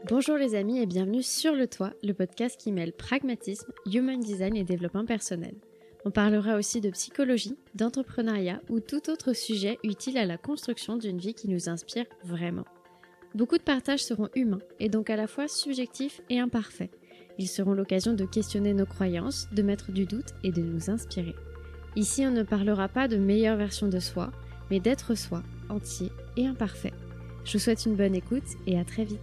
Bonjour les amis et bienvenue sur Le Toit, le podcast qui mêle pragmatisme, human design et développement personnel. On parlera aussi de psychologie, d'entrepreneuriat ou tout autre sujet utile à la construction d'une vie qui nous inspire vraiment. Beaucoup de partages seront humains et donc à la fois subjectifs et imparfaits. Ils seront l'occasion de questionner nos croyances, de mettre du doute et de nous inspirer. Ici, on ne parlera pas de meilleure version de soi, mais d'être soi, entier et imparfait. Je vous souhaite une bonne écoute et à très vite.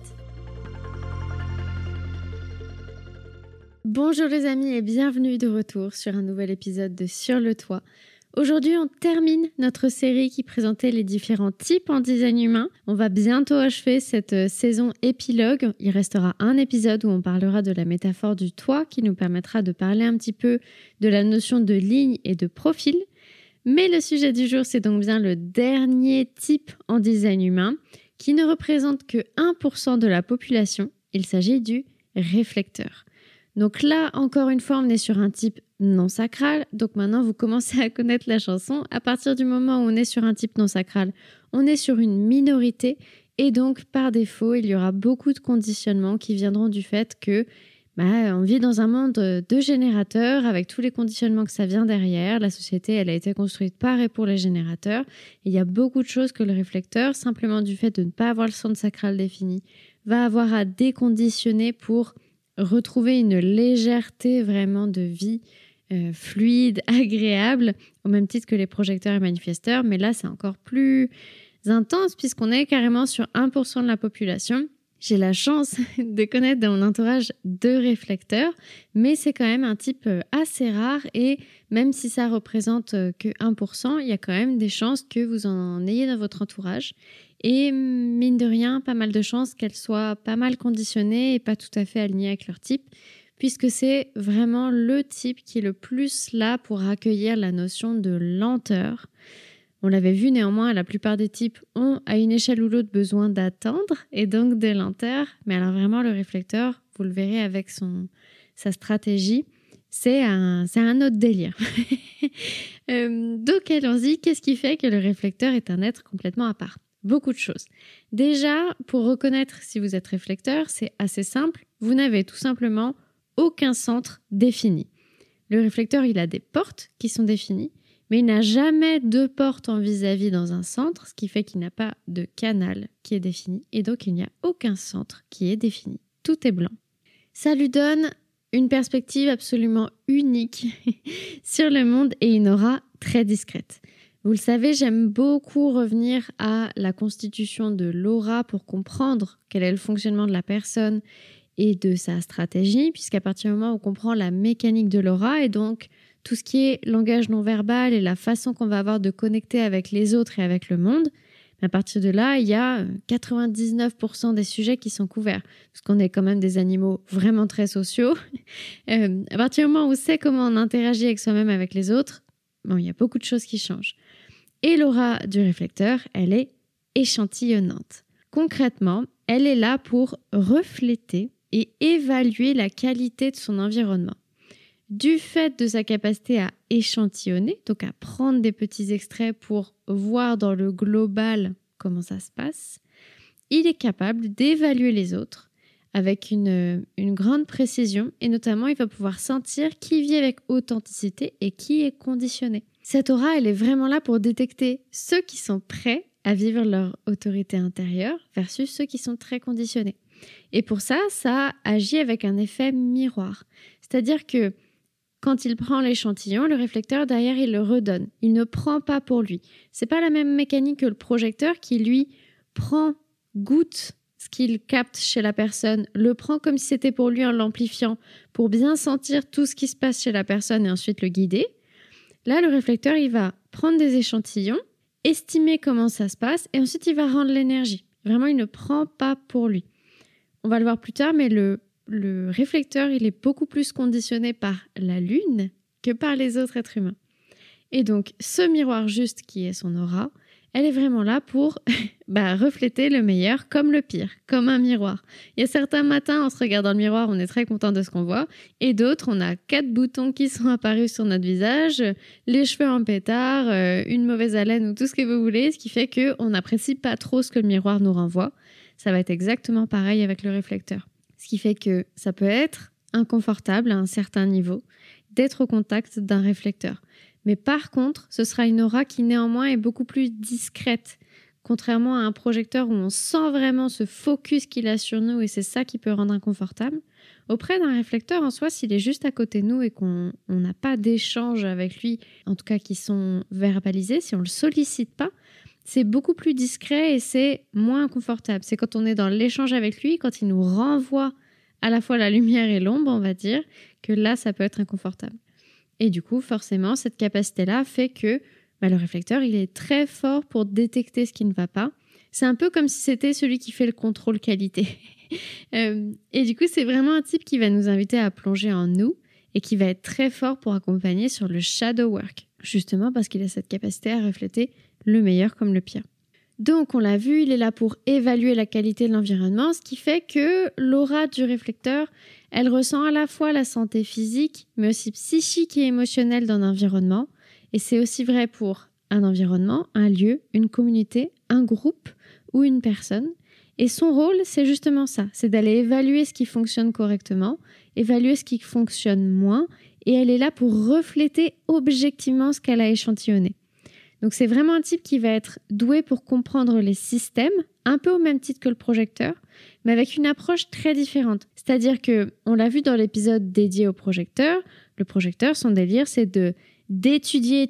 Bonjour les amis et bienvenue de retour sur un nouvel épisode de Sur le Toit. Aujourd'hui, on termine notre série qui présentait les différents types en design humain. On va bientôt achever cette saison épilogue. Il restera un épisode où on parlera de la métaphore du toit qui nous permettra de parler un petit peu de la notion de ligne et de profil. Mais le sujet du jour, c'est donc bien le dernier type en design humain qui ne représente que 1% de la population. Il s'agit du réflecteur. Donc là, encore une fois, on est sur un type non sacral. Donc maintenant, vous commencez à connaître la chanson. À partir du moment où on est sur un type non sacral, on est sur une minorité. Et donc, par défaut, il y aura beaucoup de conditionnements qui viendront du fait que on vit dans un monde de générateurs avec tous les conditionnements que ça vient derrière. La société, elle a été construite par et pour les générateurs. Et il y a beaucoup de choses que le réflecteur, simplement du fait de ne pas avoir le centre sacral défini, va avoir à déconditionner pour retrouver une légèreté vraiment de vie fluide, agréable, au même titre que les projecteurs et manifesteurs. Mais là, c'est encore plus intense puisqu'on est carrément sur 1% de la population. J'ai la chance de connaître dans mon entourage 2 réflecteurs, mais c'est quand même un type assez rare et même si ça représente que 1%, il y a quand même des chances que vous en ayez dans votre entourage. Et mine de rien, pas mal de chances qu'elles soient pas mal conditionnées et pas tout à fait alignées avec leur type, puisque c'est vraiment le type qui est le plus là pour accueillir la notion de lenteur. On l'avait vu néanmoins, la plupart des types ont à une échelle ou l'autre besoin d'attendre et donc de lenteur. Mais alors vraiment le réflecteur, vous le verrez avec sa stratégie, c'est un autre délire. Donc allons-y, qu'est-ce qui fait que le réflecteur est un être complètement à part ? Beaucoup de choses. Déjà, pour reconnaître si vous êtes réflecteur, c'est assez simple. Vous n'avez tout simplement aucun centre défini. Le réflecteur, il a des portes qui sont définies, mais il n'a jamais de porte en vis-à-vis dans un centre, ce qui fait qu'il n'a pas de canal qui est défini, et donc il n'y a aucun centre qui est défini. Tout est blanc. Ça lui donne une perspective absolument unique sur le monde et une aura très discrète. Vous le savez, j'aime beaucoup revenir à la constitution de l'aura pour comprendre quel est le fonctionnement de la personne et de sa stratégie, puisqu'à partir du moment où on comprend la mécanique de l'aura et donc tout ce qui est langage non verbal et la façon qu'on va avoir de connecter avec les autres et avec le monde, à partir de là, il y a 99% des sujets qui sont couverts, parce qu'on est quand même des animaux vraiment très sociaux. À partir du moment où on sait comment on interagit avec soi-même, avec les autres, il y a beaucoup de choses qui changent. Et l'aura du réflecteur, elle est échantillonnante. Concrètement, elle est là pour refléter et évaluer la qualité de son environnement. Du fait de sa capacité à échantillonner, donc à prendre des petits extraits pour voir dans le global comment ça se passe, il est capable d'évaluer les autres avec une grande précision et notamment il va pouvoir sentir qui vit avec authenticité et qui est conditionné. Cette aura, elle est vraiment là pour détecter ceux qui sont prêts à vivre leur autorité intérieure versus ceux qui sont très conditionnés. Et pour ça, ça agit avec un effet miroir. C'est-à-dire que quand il prend l'échantillon, le réflecteur, derrière, il le redonne. Il ne prend pas pour lui. C'est pas la même mécanique que le projecteur qui, lui, goûte ce qu'il capte chez la personne, le prend comme si c'était pour lui en l'amplifiant, pour bien sentir tout ce qui se passe chez la personne et ensuite le guider. Là, le réflecteur, il va prendre des échantillons, estimer comment ça se passe et ensuite il va rendre l'énergie. Vraiment, il ne prend pas pour lui. On va le voir plus tard, mais le réflecteur, il est beaucoup plus conditionné par la lune que par les autres êtres humains. Et donc, ce miroir juste qui est son aura, elle est vraiment là pour refléter le meilleur comme le pire, comme un miroir. Il y a certains matins, on se regarde dans le miroir, on est très content de ce qu'on voit, et d'autres, on a 4 boutons qui sont apparus sur notre visage, les cheveux en pétard, une mauvaise haleine ou tout ce que vous voulez, ce qui fait qu'on n'apprécie pas trop ce que le miroir nous renvoie. ça va être exactement pareil avec le réflecteur. Ce qui fait que ça peut être inconfortable à un certain niveau d'être au contact d'un réflecteur. Mais par contre, ce sera une aura qui néanmoins est beaucoup plus discrète. Contrairement à un projecteur où on sent vraiment ce focus qu'il a sur nous et c'est ça qui peut rendre inconfortable. Auprès d'un réflecteur, en soi, s'il est juste à côté de nous et qu'on n'a pas d'échange avec lui, en tout cas qui sont verbalisés, si on ne le sollicite pas, c'est beaucoup plus discret et c'est moins inconfortable. C'est quand on est dans l'échange avec lui, quand il nous renvoie à la fois la lumière et l'ombre, on va dire, que là, ça peut être inconfortable. Et du coup, forcément, cette capacité-là fait que le réflecteur, il est très fort pour détecter ce qui ne va pas. C'est un peu comme si c'était celui qui fait le contrôle qualité. Et du coup, c'est vraiment un type qui va nous inviter à plonger en nous et qui va être très fort pour accompagner sur le shadow work, justement parce qu'il a cette capacité à refléter le meilleur comme le pire. Donc, on l'a vu, il est là pour évaluer la qualité de l'environnement, ce qui fait que l'aura du réflecteur, elle ressent à la fois la santé physique, mais aussi psychique et émotionnelle d'un environnement. Et c'est aussi vrai pour un environnement, un lieu, une communauté, un groupe ou une personne. Et son rôle, c'est justement ça, c'est d'aller évaluer ce qui fonctionne correctement, évaluer ce qui fonctionne moins, et elle est là pour refléter objectivement ce qu'elle a échantillonné. Donc c'est vraiment un type qui va être doué pour comprendre les systèmes, un peu au même titre que le projecteur, mais avec une approche très différente. C'est-à-dire que, on l'a vu dans l'épisode dédié au projecteur, le projecteur, son délire, c'est d'étudier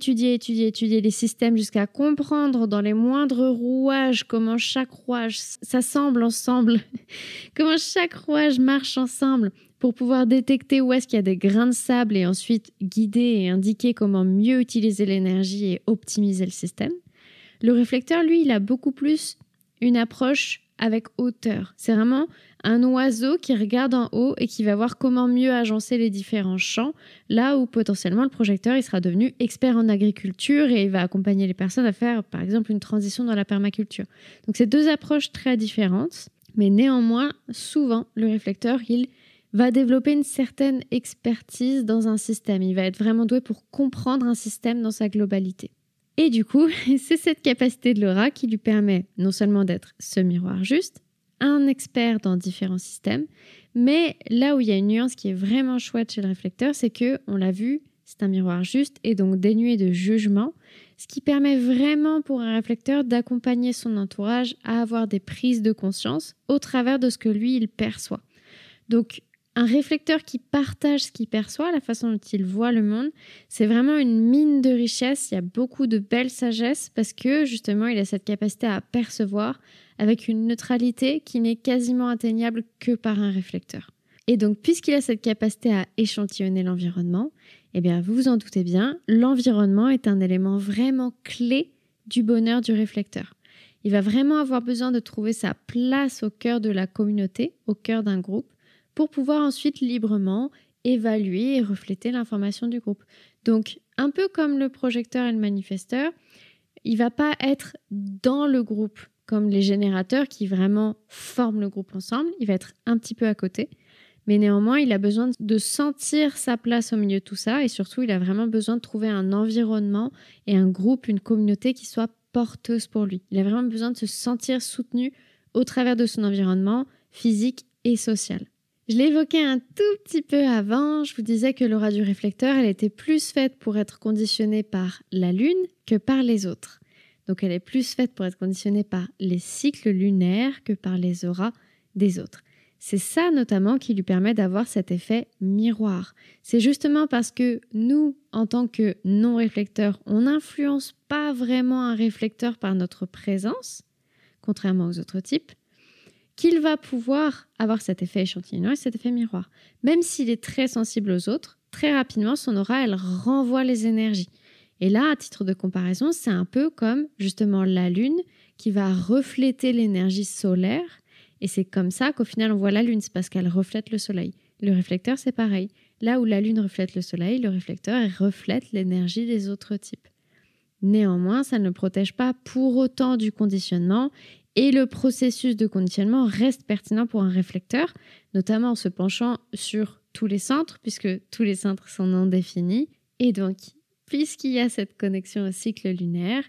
les systèmes jusqu'à comprendre dans les moindres rouages comment chaque rouage s'assemble ensemble, comment chaque rouage marche ensemble pour pouvoir détecter où est-ce qu'il y a des grains de sable et ensuite guider et indiquer comment mieux utiliser l'énergie et optimiser le système. Le réflecteur, lui, il a beaucoup plus une approche avec hauteur. C'est vraiment un oiseau qui regarde en haut et qui va voir comment mieux agencer les différents champs, là où potentiellement le projecteur il sera devenu expert en agriculture et il va accompagner les personnes à faire par exemple une transition dans la permaculture. Donc c'est deux approches très différentes, mais néanmoins souvent le réflecteur il va développer une certaine expertise dans un système. Il va être vraiment doué pour comprendre un système dans sa globalité. Et du coup, c'est cette capacité de l'aura qui lui permet non seulement d'être ce miroir juste, un expert dans différents systèmes, mais là où il y a une nuance qui est vraiment chouette chez le réflecteur, c'est que, on l'a vu, c'est un miroir juste et donc dénué de jugement, ce qui permet vraiment pour un réflecteur d'accompagner son entourage à avoir des prises de conscience au travers de ce que lui, il perçoit. Donc, un réflecteur qui partage ce qu'il perçoit, la façon dont il voit le monde, c'est vraiment une mine de richesse. Il y a beaucoup de belle sagesse parce que justement, il a cette capacité à percevoir avec une neutralité qui n'est quasiment atteignable que par un réflecteur. Et donc, puisqu'il a cette capacité à échantillonner l'environnement, eh bien, vous vous en doutez bien, l'environnement est un élément vraiment clé du bonheur du réflecteur. Il va vraiment avoir besoin de trouver sa place au cœur de la communauté, au cœur d'un groupe, pour pouvoir ensuite librement évaluer et refléter l'information du groupe. Donc, un peu comme le projecteur et le manifesteur, il ne va pas être dans le groupe comme les générateurs qui vraiment forment le groupe ensemble. Il va être un petit peu à côté. Mais néanmoins, il a besoin de sentir sa place au milieu de tout ça et surtout, il a vraiment besoin de trouver un environnement et un groupe, une communauté qui soit porteuse pour lui. Il a vraiment besoin de se sentir soutenu au travers de son environnement physique et social. Je l'évoquais un tout petit peu avant, je vous disais que l'aura du réflecteur, elle était plus faite pour être conditionnée par la Lune que par les autres. Donc elle est plus faite pour être conditionnée par les cycles lunaires que par les auras des autres. C'est ça notamment qui lui permet d'avoir cet effet miroir. C'est justement parce que nous, en tant que non-réflecteurs, on n'influence pas vraiment un réflecteur par notre présence, contrairement aux autres types, qu'il va pouvoir avoir cet effet échantillonnant et cet effet miroir. Même s'il est très sensible aux autres, très rapidement, son aura, elle renvoie les énergies. Et là, à titre de comparaison, c'est un peu comme justement la Lune qui va refléter l'énergie solaire. Et c'est comme ça qu'au final, on voit la Lune, c'est parce qu'elle reflète le Soleil. Le réflecteur, c'est pareil. Là où la Lune reflète le Soleil, le réflecteur elle reflète l'énergie des autres types. Néanmoins, ça ne le protège pas pour autant du conditionnement. Et le processus de conditionnement reste pertinent pour un réflecteur, notamment en se penchant sur tous les centres, puisque tous les centres sont non définis. Et donc, puisqu'il y a cette connexion au cycle lunaire,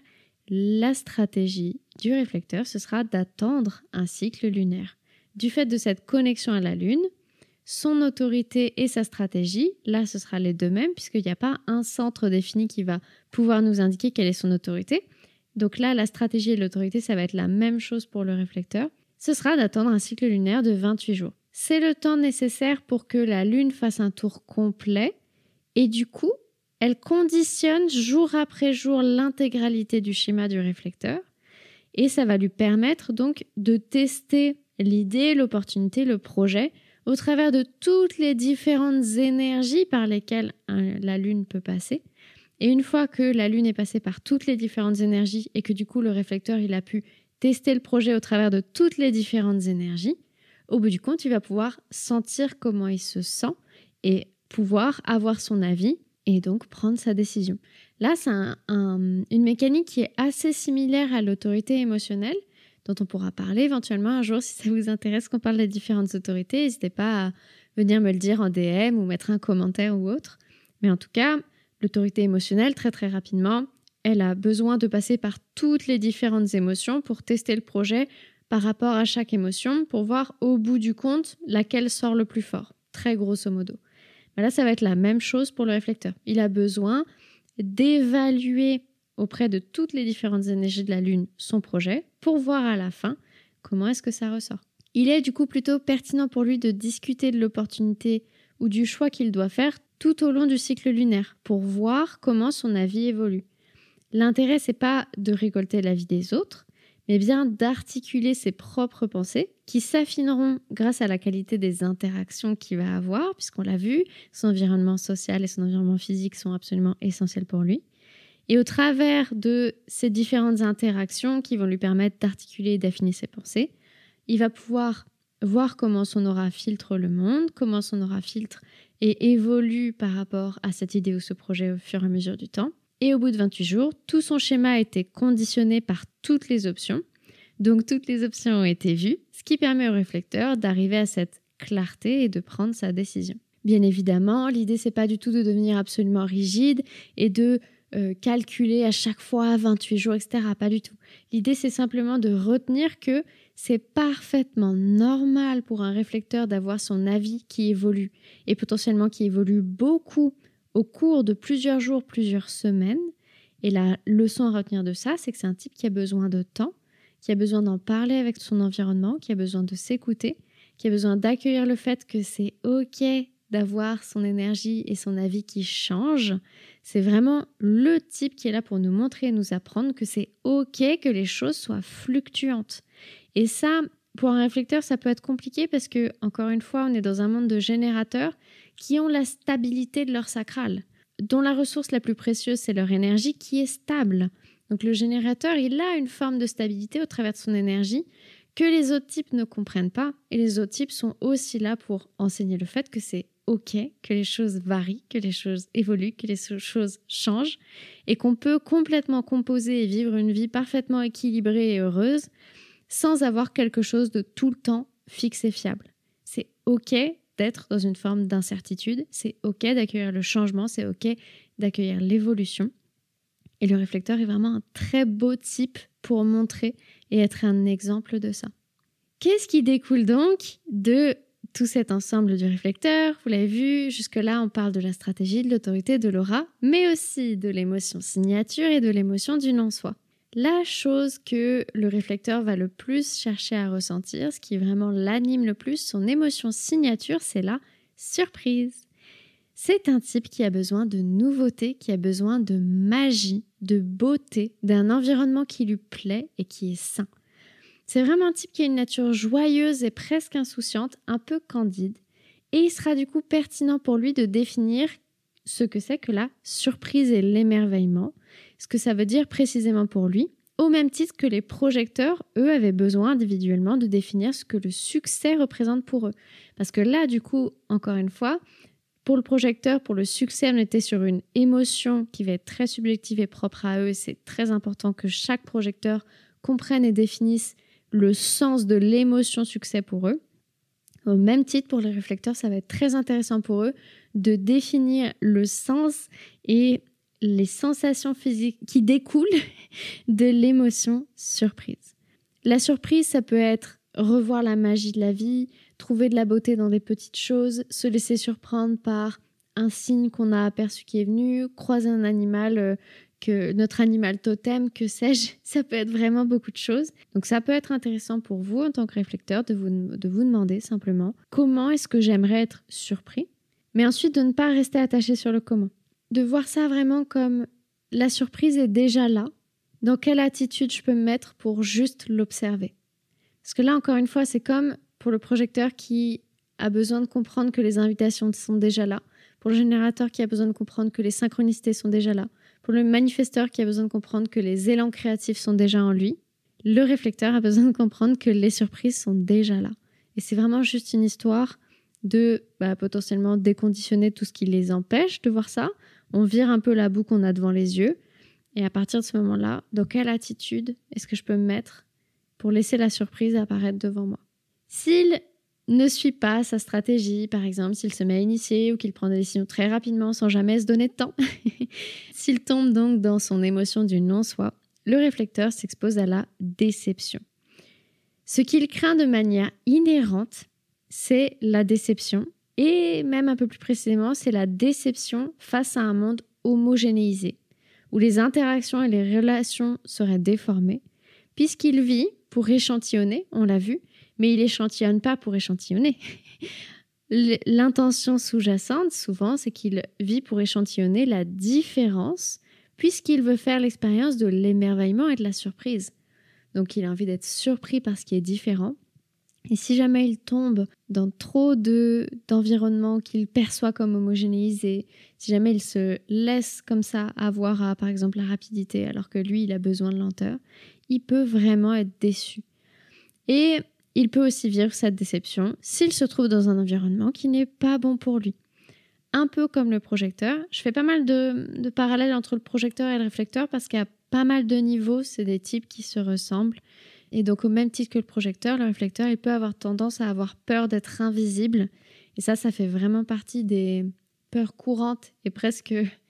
la stratégie du réflecteur, ce sera d'attendre un cycle lunaire. Du fait de cette connexion à la Lune, son autorité et sa stratégie, là ce sera les deux mêmes puisqu'il n'y a pas un centre défini qui va pouvoir nous indiquer quelle est son autorité. Donc là, la stratégie et l'autorité, ça va être la même chose pour le réflecteur. Ce sera d'attendre un cycle lunaire de 28 jours. C'est le temps nécessaire pour que la Lune fasse un tour complet et du coup, elle conditionne jour après jour l'intégralité du schéma du réflecteur et ça va lui permettre donc de tester l'idée, l'opportunité, le projet au travers de toutes les différentes énergies par lesquelles la Lune peut passer. Et une fois que la Lune est passée par toutes les différentes énergies et que du coup le réflecteur il a pu tester le projet au travers de toutes les différentes énergies, au bout du compte, il va pouvoir sentir comment il se sent et pouvoir avoir son avis et donc prendre sa décision. Là, c'est une mécanique qui est assez similaire à l'autorité émotionnelle, dont on pourra parler éventuellement un jour si ça vous intéresse qu'on parle des différentes autorités. N'hésitez pas à venir me le dire en DM ou mettre un commentaire ou autre. Mais en tout cas, l'autorité émotionnelle, très très rapidement, elle a besoin de passer par toutes les différentes émotions pour tester le projet par rapport à chaque émotion pour voir au bout du compte laquelle sort le plus fort, très grosso modo. Mais là, ça va être la même chose pour le réflecteur. Il a besoin d'évaluer auprès de toutes les différentes énergies de la Lune son projet pour voir à la fin comment est-ce que ça ressort. Il est du coup plutôt pertinent pour lui de discuter de l'opportunité ou du choix qu'il doit faire tout au long du cycle lunaire pour voir comment son avis évolue. L'intérêt, c'est pas de récolter l'avis des autres, mais bien d'articuler ses propres pensées qui s'affineront grâce à la qualité des interactions qu'il va avoir, puisqu'on l'a vu, son environnement social et son environnement physique sont absolument essentiels pour lui. Et au travers de ces différentes interactions qui vont lui permettre d'articuler et d'affiner ses pensées, il va pouvoir voir comment son aura filtre le monde, comment son aura filtre et évolue par rapport à cette idée ou ce projet au fur et à mesure du temps. Et au bout de 28 jours, tout son schéma a été conditionné par toutes les options. Donc toutes les options ont été vues, ce qui permet au réflecteur d'arriver à cette clarté et de prendre sa décision. Bien évidemment, l'idée, c'est pas du tout de devenir absolument rigide et de calculer à chaque fois 28 jours, etc. Pas du tout. L'idée, c'est simplement de retenir que c'est parfaitement normal pour un réflecteur d'avoir son avis qui évolue et potentiellement qui évolue beaucoup au cours de plusieurs jours, plusieurs semaines. Et la leçon à retenir de ça, c'est que c'est un type qui a besoin de temps, qui a besoin d'en parler avec son environnement, qui a besoin de s'écouter, qui a besoin d'accueillir le fait que c'est OK d'avoir son énergie et son avis qui changent. C'est vraiment le type qui est là pour nous montrer et nous apprendre que c'est OK que les choses soient fluctuantes. Et ça, pour un réflecteur, ça peut être compliqué parce que, encore une fois, on est dans un monde de générateurs qui ont la stabilité de leur sacral, dont la ressource la plus précieuse, c'est leur énergie qui est stable. Donc le générateur, il a une forme de stabilité au travers de son énergie que les autres types ne comprennent pas. Et les autres types sont aussi là pour enseigner le fait que c'est OK, que les choses varient, que les choses évoluent, que les choses changent et qu'on peut complètement composer et vivre une vie parfaitement équilibrée et heureuse sans avoir quelque chose de tout le temps fixe et fiable. C'est OK d'être dans une forme d'incertitude, c'est OK d'accueillir le changement, c'est OK d'accueillir l'évolution. Et le réflecteur est vraiment un très beau type pour montrer et être un exemple de ça. Qu'est-ce qui découle donc de tout cet ensemble du réflecteur? Vous l'avez vu, jusque-là, on parle de la stratégie, de l'autorité, de l'aura, mais aussi de l'émotion signature et de l'émotion du non-soi. La chose que le réflecteur va le plus chercher à ressentir, ce qui vraiment l'anime le plus, son émotion signature, c'est la surprise. C'est un type qui a besoin de nouveauté, qui a besoin de magie, de beauté, d'un environnement qui lui plaît et qui est sain. C'est vraiment un type qui a une nature joyeuse et presque insouciante, un peu candide, et il sera du coup pertinent pour lui de définir ce que c'est que la surprise et l'émerveillement, ce que ça veut dire précisément pour lui, au même titre que les projecteurs, eux, avaient besoin individuellement de définir ce que le succès représente pour eux. Parce que là, du coup, encore une fois, pour le projecteur, pour le succès, on était sur une émotion qui va être très subjective et propre à eux. C'est très important que chaque projecteur comprenne et définisse le sens de l'émotion succès pour eux. Au même titre, pour les réflecteurs, ça va être très intéressant pour eux de définir le sens et les sensations physiques qui découlent de l'émotion surprise. La surprise, ça peut être revoir la magie de la vie, trouver de la beauté dans des petites choses, se laisser surprendre par un signe qu'on a aperçu qui est venu, croiser un animal, que notre animal totem, que sais-je, ça peut être vraiment beaucoup de choses. Donc ça peut être intéressant pour vous en tant que réflecteur de vous demander simplement comment est-ce que j'aimerais être surpris, mais ensuite de ne pas rester attaché sur le comment. De voir ça vraiment comme la surprise est déjà là, dans quelle attitude je peux me mettre pour juste l'observer. Parce que là, encore une fois, c'est comme pour le projecteur qui a besoin de comprendre que les invitations sont déjà là, pour le générateur qui a besoin de comprendre que les synchronicités sont déjà là, pour le manifesteur qui a besoin de comprendre que les élans créatifs sont déjà en lui, le réflecteur a besoin de comprendre que les surprises sont déjà là. Et c'est vraiment juste une histoire de potentiellement déconditionner tout ce qui les empêche de voir ça. On vire un peu la boue qu'on a devant les yeux. Et à partir de ce moment-là, dans quelle attitude est-ce que je peux me mettre pour laisser la surprise apparaître devant moi? S'il ne suit pas sa stratégie, par exemple, s'il se met à initier ou qu'il prend des décisions très rapidement sans jamais se donner de temps, s'il tombe donc dans son émotion du non-soi, le réflecteur s'expose à la déception. Ce qu'il craint de manière inhérente, c'est la déception et même un peu plus précisément, c'est la déception face à un monde homogénéisé, où les interactions et les relations seraient déformées, puisqu'il vit pour échantillonner, on l'a vu, mais il échantillonne pas pour échantillonner. L'intention sous-jacente, souvent, c'est qu'il vit pour échantillonner la différence, puisqu'il veut faire l'expérience de l'émerveillement et de la surprise. Donc, il a envie d'être surpris par ce qui est différent. Et si jamais il tombe dans trop d'environnements qu'il perçoit comme homogénéisés, si jamais il se laisse comme ça avoir à, par exemple, la rapidité, alors que lui, il a besoin de lenteur, il peut vraiment être déçu. Et il peut aussi vivre cette déception s'il se trouve dans un environnement qui n'est pas bon pour lui. Un peu comme le projecteur. Je fais pas mal de parallèles entre le projecteur et le réflecteur parce qu'il y a pas mal de niveaux, c'est des types qui se ressemblent. Et donc au même titre que le projecteur, le réflecteur, il peut avoir tendance à avoir peur d'être invisible. Et ça fait vraiment partie des peurs courantes et presque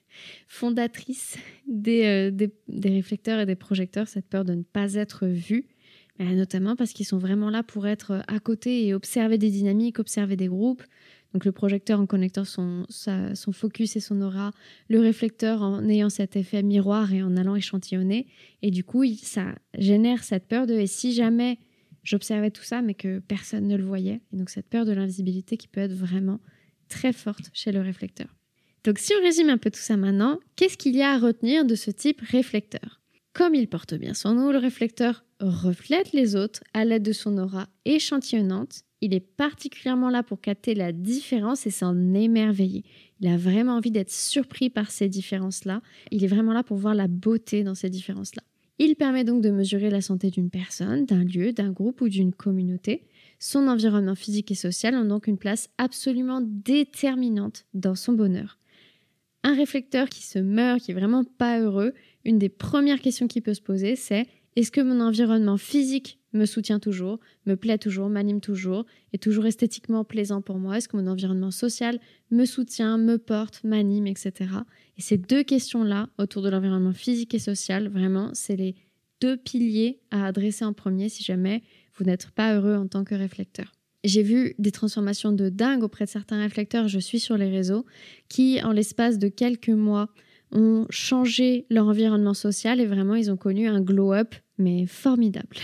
fondatrices des réflecteurs et des projecteurs, cette peur de ne pas être vu. Notamment parce qu'ils sont vraiment là pour être à côté et observer des dynamiques, observer des groupes. Donc le projecteur en connectant son focus et son aura, le réflecteur en ayant cet effet miroir et en allant échantillonner. Et du coup, ça génère cette peur de « et si jamais j'observais tout ça mais que personne ne le voyait ?» Et donc cette peur de l'invisibilité qui peut être vraiment très forte chez le réflecteur. Donc si on résume un peu tout ça maintenant, qu'est-ce qu'il y a à retenir de ce type réflecteur ? Comme il porte bien son nom, le réflecteur reflète les autres à l'aide de son aura échantillonnante. Il est particulièrement là pour capter la différence et s'en émerveiller. Il a vraiment envie d'être surpris par ces différences-là. Il est vraiment là pour voir la beauté dans ces différences-là. Il permet donc de mesurer la santé d'une personne, d'un lieu, d'un groupe ou d'une communauté. Son environnement physique et social ont donc une place absolument déterminante dans son bonheur. Un réflecteur qui se meurt, qui est vraiment pas heureux, une des premières questions qu'il peut se poser, c'est « est-ce que mon environnement physique me soutient toujours, me plaît toujours, m'anime toujours, est toujours esthétiquement plaisant pour moi? Est-ce que mon environnement social me soutient, me porte, m'anime, etc. » Et ces deux questions-là, autour de l'environnement physique et social, vraiment, c'est les deux piliers à adresser en premier si jamais vous n'êtes pas heureux en tant que réflecteur. J'ai vu des transformations de dingue auprès de certains réflecteurs, je suis sur les réseaux, qui, en l'espace de quelques mois, ont changé leur environnement social et vraiment, ils ont connu un glow-up, mais formidable.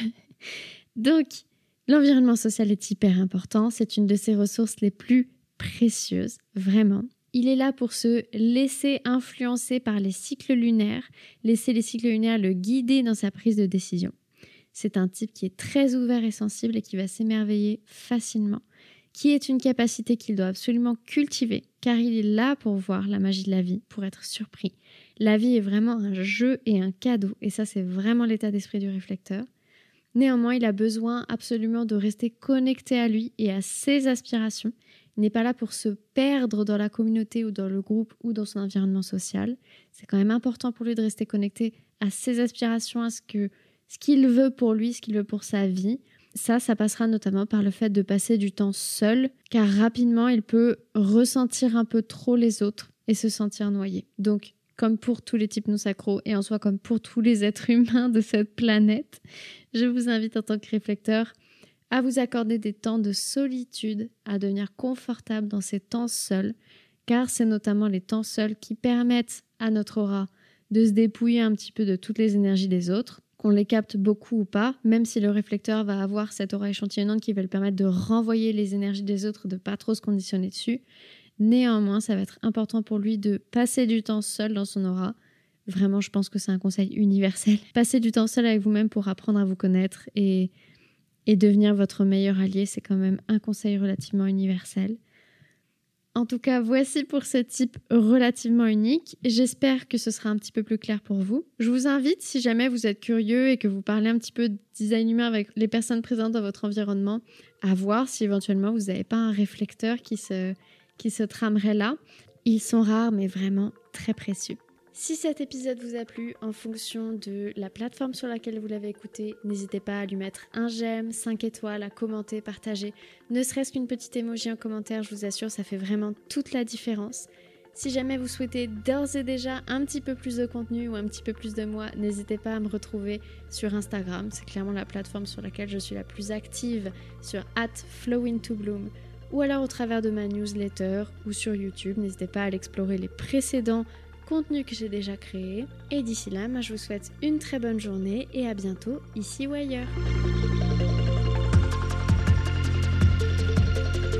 Donc, l'environnement social est hyper important. C'est une de ses ressources les plus précieuses, vraiment. Il est là pour se laisser influencer par les cycles lunaires, laisser les cycles lunaires le guider dans sa prise de décision. C'est un type qui est très ouvert et sensible et qui va s'émerveiller facilement, qui est une capacité qu'il doit absolument cultiver, car il est là pour voir la magie de la vie, pour être surpris. La vie est vraiment un jeu et un cadeau, et ça c'est vraiment l'état d'esprit du réflecteur. Néanmoins, il a besoin absolument de rester connecté à lui et à ses aspirations. Il n'est pas là pour se perdre dans la communauté ou dans le groupe ou dans son environnement social. C'est quand même important pour lui de rester connecté à ses aspirations, à ce qu'il veut pour lui, ce qu'il veut pour sa vie. Ça passera notamment par le fait de passer du temps seul, car rapidement, il peut ressentir un peu trop les autres et se sentir noyé. Donc, comme pour tous les types non-sacros et en soi comme pour tous les êtres humains de cette planète, je vous invite en tant que réflecteur à vous accorder des temps de solitude, à devenir confortable dans ces temps seuls, car c'est notamment les temps seuls qui permettent à notre aura de se dépouiller un petit peu de toutes les énergies des autres, qu'on les capte beaucoup ou pas, même si le réflecteur va avoir cette aura échantillonnante qui va lui permettre de renvoyer les énergies des autres, de pas trop se conditionner dessus. Néanmoins, ça va être important pour lui de passer du temps seul dans son aura. Vraiment, je pense que c'est un conseil universel. Passer du temps seul avec vous-même pour apprendre à vous connaître et devenir votre meilleur allié, c'est quand même un conseil relativement universel. En tout cas, voici pour ce type relativement unique. J'espère que ce sera un petit peu plus clair pour vous. Je vous invite, si jamais vous êtes curieux et que vous parlez un petit peu de design humain avec les personnes présentes dans votre environnement, à voir si éventuellement vous n'avez pas un réflecteur qui se tramerait là. Ils sont rares, mais vraiment très précieux. Si cet épisode vous a plu, en fonction de la plateforme sur laquelle vous l'avez écouté, n'hésitez pas à lui mettre un j'aime, 5 étoiles, à commenter, partager. Ne serait-ce qu'une petite emoji en commentaire, je vous assure, ça fait vraiment toute la différence. Si jamais vous souhaitez d'ores et déjà un petit peu plus de contenu ou un petit peu plus de moi, n'hésitez pas à me retrouver sur Instagram. C'est clairement la plateforme sur laquelle je suis la plus active, sur @flowintobloom. Ou alors au travers de ma newsletter ou sur YouTube. N'hésitez pas à aller explorer les précédents contenus que j'ai déjà créés. Et d'ici là, moi je vous souhaite une très bonne journée et à bientôt ici ou ailleurs.